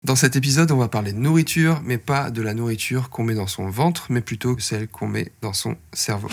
Dans cet épisode, on va parler de nourriture, mais pas de la nourriture qu'on met dans son ventre, mais plutôt celle qu'on met dans son cerveau.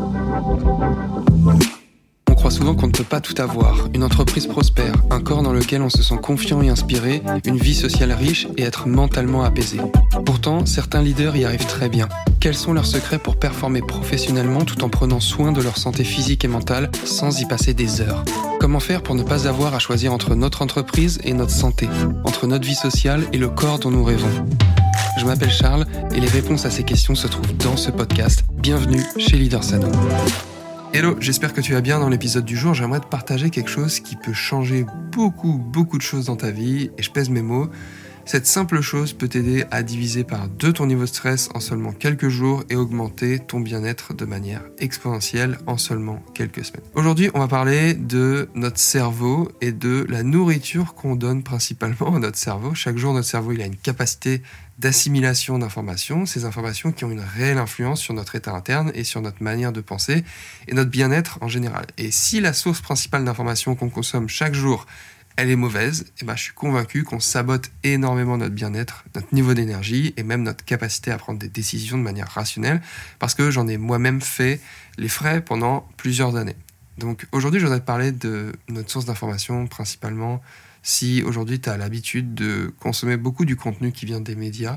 On croit souvent qu'on ne peut pas tout avoir, une entreprise prospère, un corps dans lequel on se sent confiant et inspiré, une vie sociale riche et être mentalement apaisé. Pourtant, certains leaders y arrivent très bien. Quels sont leurs secrets pour performer professionnellement tout en prenant soin de leur santé physique et mentale sans y passer des heures ? Comment faire pour ne pas avoir à choisir entre notre entreprise et notre santé, entre notre vie sociale et le corps dont nous rêvons ? Je m'appelle Charles et les réponses à ces questions se trouvent dans ce podcast. Bienvenue chez Leader Sano. Hello, j'espère que tu vas bien. Dans l'épisode du jour, j'aimerais te partager quelque chose qui peut changer beaucoup de choses dans ta vie, et je pèse mes mots. Cette simple chose peut t'aider à diviser par 2 ton niveau de stress en seulement quelques jours et augmenter ton bien-être de manière exponentielle en seulement quelques semaines. Aujourd'hui, on va parler de notre cerveau et de la nourriture qu'on donne principalement à notre cerveau. Chaque jour, notre cerveau il a une capacité d'assimilation d'informations, ces informations qui ont une réelle influence sur notre état interne et sur notre manière de penser et notre bien-être en général. Et si la source principale d'informations qu'on consomme chaque jour elle est mauvaise, et je suis convaincu qu'on sabote énormément notre bien-être, notre niveau d'énergie et même notre capacité à prendre des décisions de manière rationnelle, parce que j'en ai moi-même fait les frais pendant plusieurs années. Donc aujourd'hui, je voudrais te parler de notre source d'information principalement. Si aujourd'hui tu as l'habitude de consommer beaucoup du contenu qui vient des médias,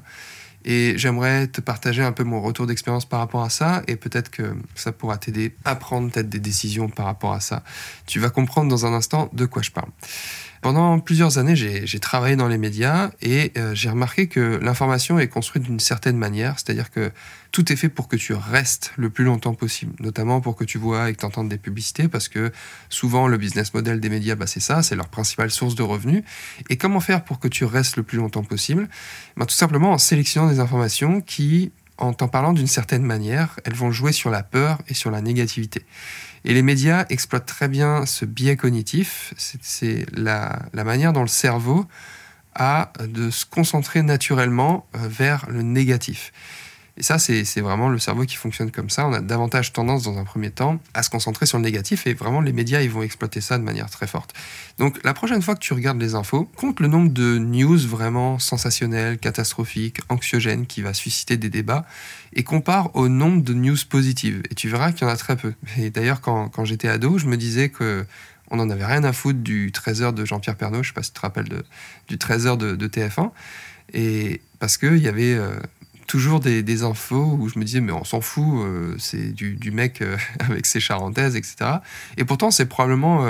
et j'aimerais te partager un peu mon retour d'expérience par rapport à ça, et peut-être que ça pourra t'aider à prendre peut-être des décisions par rapport à ça. Tu vas comprendre dans un instant de quoi je parle. Pendant plusieurs années, j'ai travaillé dans les médias et j'ai remarqué que l'information est construite d'une certaine manière, c'est-à-dire que tout est fait pour que tu restes le plus longtemps possible, notamment pour que tu vois et que tu entendes des publicités, parce que souvent le business model des médias, c'est ça, c'est leur principale source de revenus. Et comment faire pour que tu restes le plus longtemps possible ? Tout simplement en sélectionnant des informations qui, en t'en parlant d'une certaine manière, elles vont jouer sur la peur et sur la négativité. Et les médias exploitent très bien ce biais cognitif, c'est la manière dont le cerveau a de se concentrer naturellement vers le négatif. Et ça, c'est vraiment le cerveau qui fonctionne comme ça. On a davantage tendance, dans un premier temps, à se concentrer sur le négatif, et vraiment, les médias, ils vont exploiter ça de manière très forte. Donc, la prochaine fois que tu regardes les infos, compte le nombre de news vraiment sensationnelles, catastrophiques, anxiogènes, qui va susciter des débats, et compare au nombre de news positives. Et tu verras qu'il y en a très peu. Et d'ailleurs, quand j'étais ado, je me disais que on n'en avait rien à foutre du 13h de Jean-Pierre Pernaut, je ne sais pas si tu te rappelles du 13h de TF1, et parce qu'il y avait toujours des infos où je me disais mais on s'en fout, c'est du mec avec ses charentaises, etc. Et pourtant c'est probablement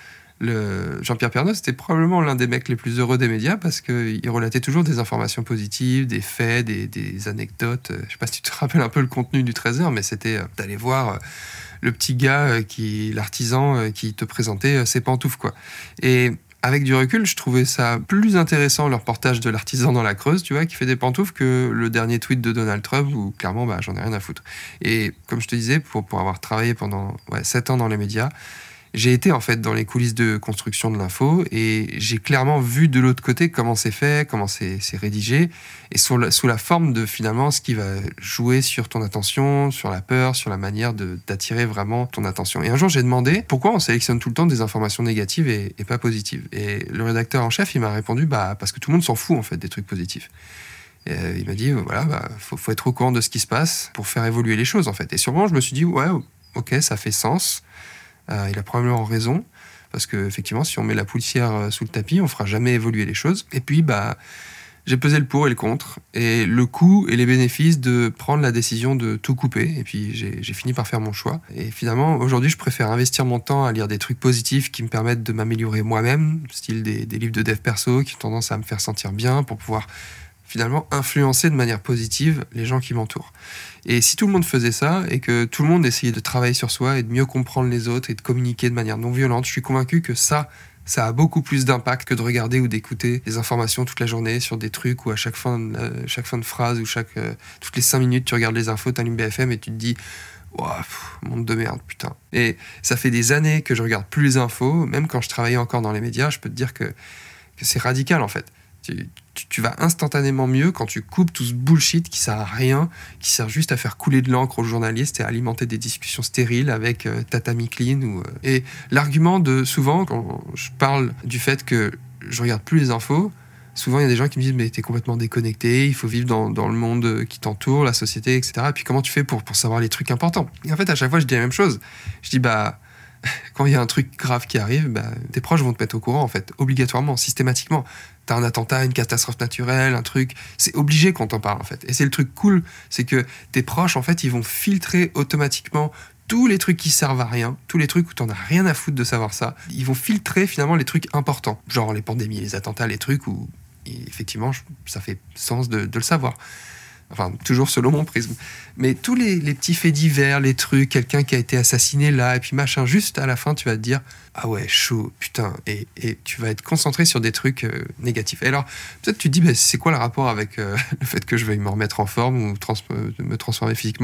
Jean-Pierre Pernaut, c'était probablement l'un des mecs les plus heureux des médias, parce qu'il relatait toujours des informations positives, des faits, des anecdotes. Je sais pas si tu te rappelles un peu le contenu du 13h, mais c'était d'aller voir le petit gars, l'artisan qui te présentait ses pantoufles, quoi. Et avec du recul, je trouvais ça plus intéressant, le reportage de l'artisan dans la Creuse, tu vois, qui fait des pantoufles, que le dernier tweet de Donald Trump, où clairement, j'en ai rien à foutre. Et comme je te disais, pour avoir travaillé pendant 7 ans dans les médias, j'ai été en fait dans les coulisses de construction de l'info, et j'ai clairement vu de l'autre côté comment c'est fait, comment c'est rédigé, et sous la forme de finalement ce qui va jouer sur ton attention, sur la peur, sur la manière d'attirer vraiment ton attention. Et un jour j'ai demandé pourquoi on sélectionne tout le temps des informations négatives et pas positives. Et le rédacteur en chef il m'a répondu parce que tout le monde s'en fout en fait des trucs positifs. Et il m'a dit faut être au courant de ce qui se passe pour faire évoluer les choses en fait. Et sûrement je me suis dit ouais ok, ça fait sens. Il a probablement raison, parce que effectivement, si on met la poussière sous le tapis, on fera jamais évoluer les choses. Et puis, j'ai pesé le pour et le contre, et le coût et les bénéfices de prendre la décision de tout couper. Et puis, j'ai fini par faire mon choix. Et finalement, aujourd'hui, je préfère investir mon temps à lire des trucs positifs qui me permettent de m'améliorer moi-même, style des livres de dev perso qui ont tendance à me faire sentir bien pour pouvoir finalement influencer de manière positive les gens qui m'entourent. Et si tout le monde faisait ça, et que tout le monde essayait de travailler sur soi et de mieux comprendre les autres et de communiquer de manière non violente, je suis convaincu que ça a beaucoup plus d'impact que de regarder ou d'écouter des informations toute la journée sur des trucs où à chaque fin de phrase ou toutes les 5 minutes tu regardes les infos, t'allumes BFM et tu te dis monde de merde, putain. Et ça fait des années que je regarde plus les infos, même quand je travaillais encore dans les médias, je peux te dire que c'est radical en fait. Tu vas instantanément mieux quand tu coupes tout ce bullshit qui sert à rien, qui sert juste à faire couler de l'encre aux journalistes et à alimenter des discussions stériles avec Tata Micklin. Et l'argument de souvent, quand je parle du fait que je regarde plus les infos, Souvent, il y a des gens qui me disent « mais t'es complètement déconnecté, il faut vivre dans le monde qui t'entoure, la société, etc. Et puis comment tu fais pour savoir les trucs importants ?» Et en fait, à chaque fois, je dis la même chose. Je dis quand il y a un truc grave qui arrive, tes proches vont te mettre au courant, en fait, obligatoirement, systématiquement. T'as un attentat, une catastrophe naturelle, un truc, c'est obligé qu'on t'en parle, en fait. Et c'est le truc cool, c'est que tes proches, en fait, ils vont filtrer automatiquement tous les trucs qui servent à rien, tous les trucs où t'en as rien à foutre de savoir ça. Ils vont filtrer, finalement, les trucs importants, genre les pandémies, les attentats, les trucs où, effectivement, ça fait sens de le savoir. Enfin, toujours selon mon prisme. Mais tous les petits faits divers, les trucs, quelqu'un qui a été assassiné là, et puis machin, juste à la fin, tu vas te dire « Ah ouais, chaud, putain !» Et tu vas être concentré sur des trucs négatifs. Et alors, peut-être tu te dis « C'est quoi le rapport avec le fait que je veuille me remettre en forme ou me transformer physiquement ?»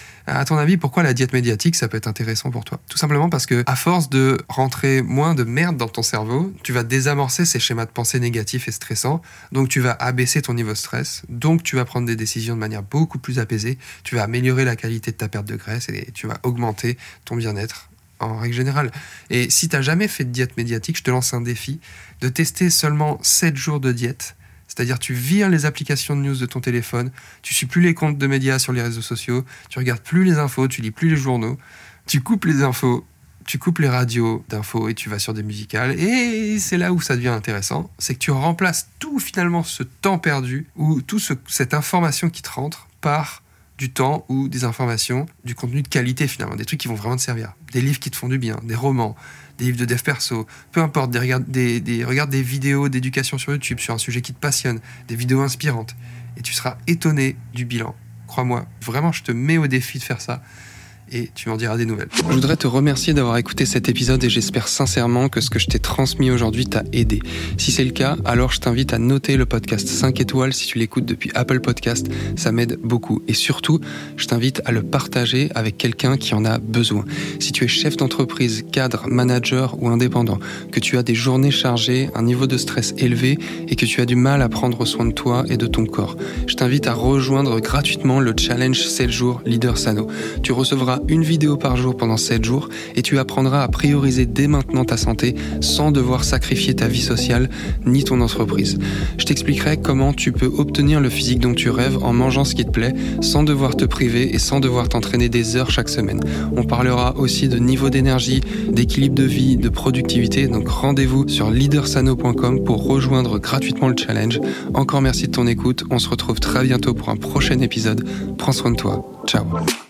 À ton avis, pourquoi la diète médiatique, ça peut être intéressant pour toi ? Tout simplement parce que, à force de rentrer moins de merde dans ton cerveau, tu vas désamorcer ces schémas de pensée négatifs et stressants, donc tu vas abaisser ton niveau de stress, donc tu vas prendre des décisions de manière beaucoup plus apaisée, tu vas améliorer la qualité de ta perte de graisse et tu vas augmenter ton bien-être en règle générale. Et si tu n'as jamais fait de diète médiatique, je te lance un défi de tester seulement 7 jours de diète. C'est-à-dire tu vires les applications de news de ton téléphone, tu suis plus les comptes de médias sur les réseaux sociaux, tu regardes plus les infos, tu lis plus les journaux, tu coupes les infos, tu coupes les radios d'infos et tu vas sur des musicales. Et c'est là où ça devient intéressant, c'est que tu remplaces tout finalement ce temps perdu ou cette information qui te rentre par du temps ou des informations, du contenu de qualité finalement, des trucs qui vont vraiment te servir. Des livres qui te font du bien, des romans, des livres de dev perso, peu importe, regarde des vidéos d'éducation sur YouTube sur un sujet qui te passionne, des vidéos inspirantes. Et tu seras étonné du bilan. Crois-moi, vraiment, je te mets au défi de faire ça. Et tu m'en diras des nouvelles. Je voudrais te remercier d'avoir écouté cet épisode et j'espère sincèrement que ce que je t'ai transmis aujourd'hui t'a aidé. Si c'est le cas, alors je t'invite à noter le podcast 5 étoiles si tu l'écoutes depuis Apple Podcast, ça m'aide beaucoup. Et surtout, je t'invite à le partager avec quelqu'un qui en a besoin. Si tu es chef d'entreprise, cadre, manager ou indépendant, que tu as des journées chargées, un niveau de stress élevé et que tu as du mal à prendre soin de toi et de ton corps, je t'invite à rejoindre gratuitement le challenge 7 jours Leader Sano. Tu recevras une vidéo par jour pendant 7 jours et tu apprendras à prioriser dès maintenant ta santé sans devoir sacrifier ta vie sociale ni ton entreprise. Je t'expliquerai comment tu peux obtenir le physique dont tu rêves en mangeant ce qui te plaît sans devoir te priver et sans devoir t'entraîner des heures chaque semaine. On parlera aussi de niveau d'énergie, d'équilibre de vie, de productivité, donc rendez-vous sur leadersano.com pour rejoindre gratuitement le challenge. Encore merci de ton écoute, on se retrouve très bientôt pour un prochain épisode. Prends soin de toi, ciao.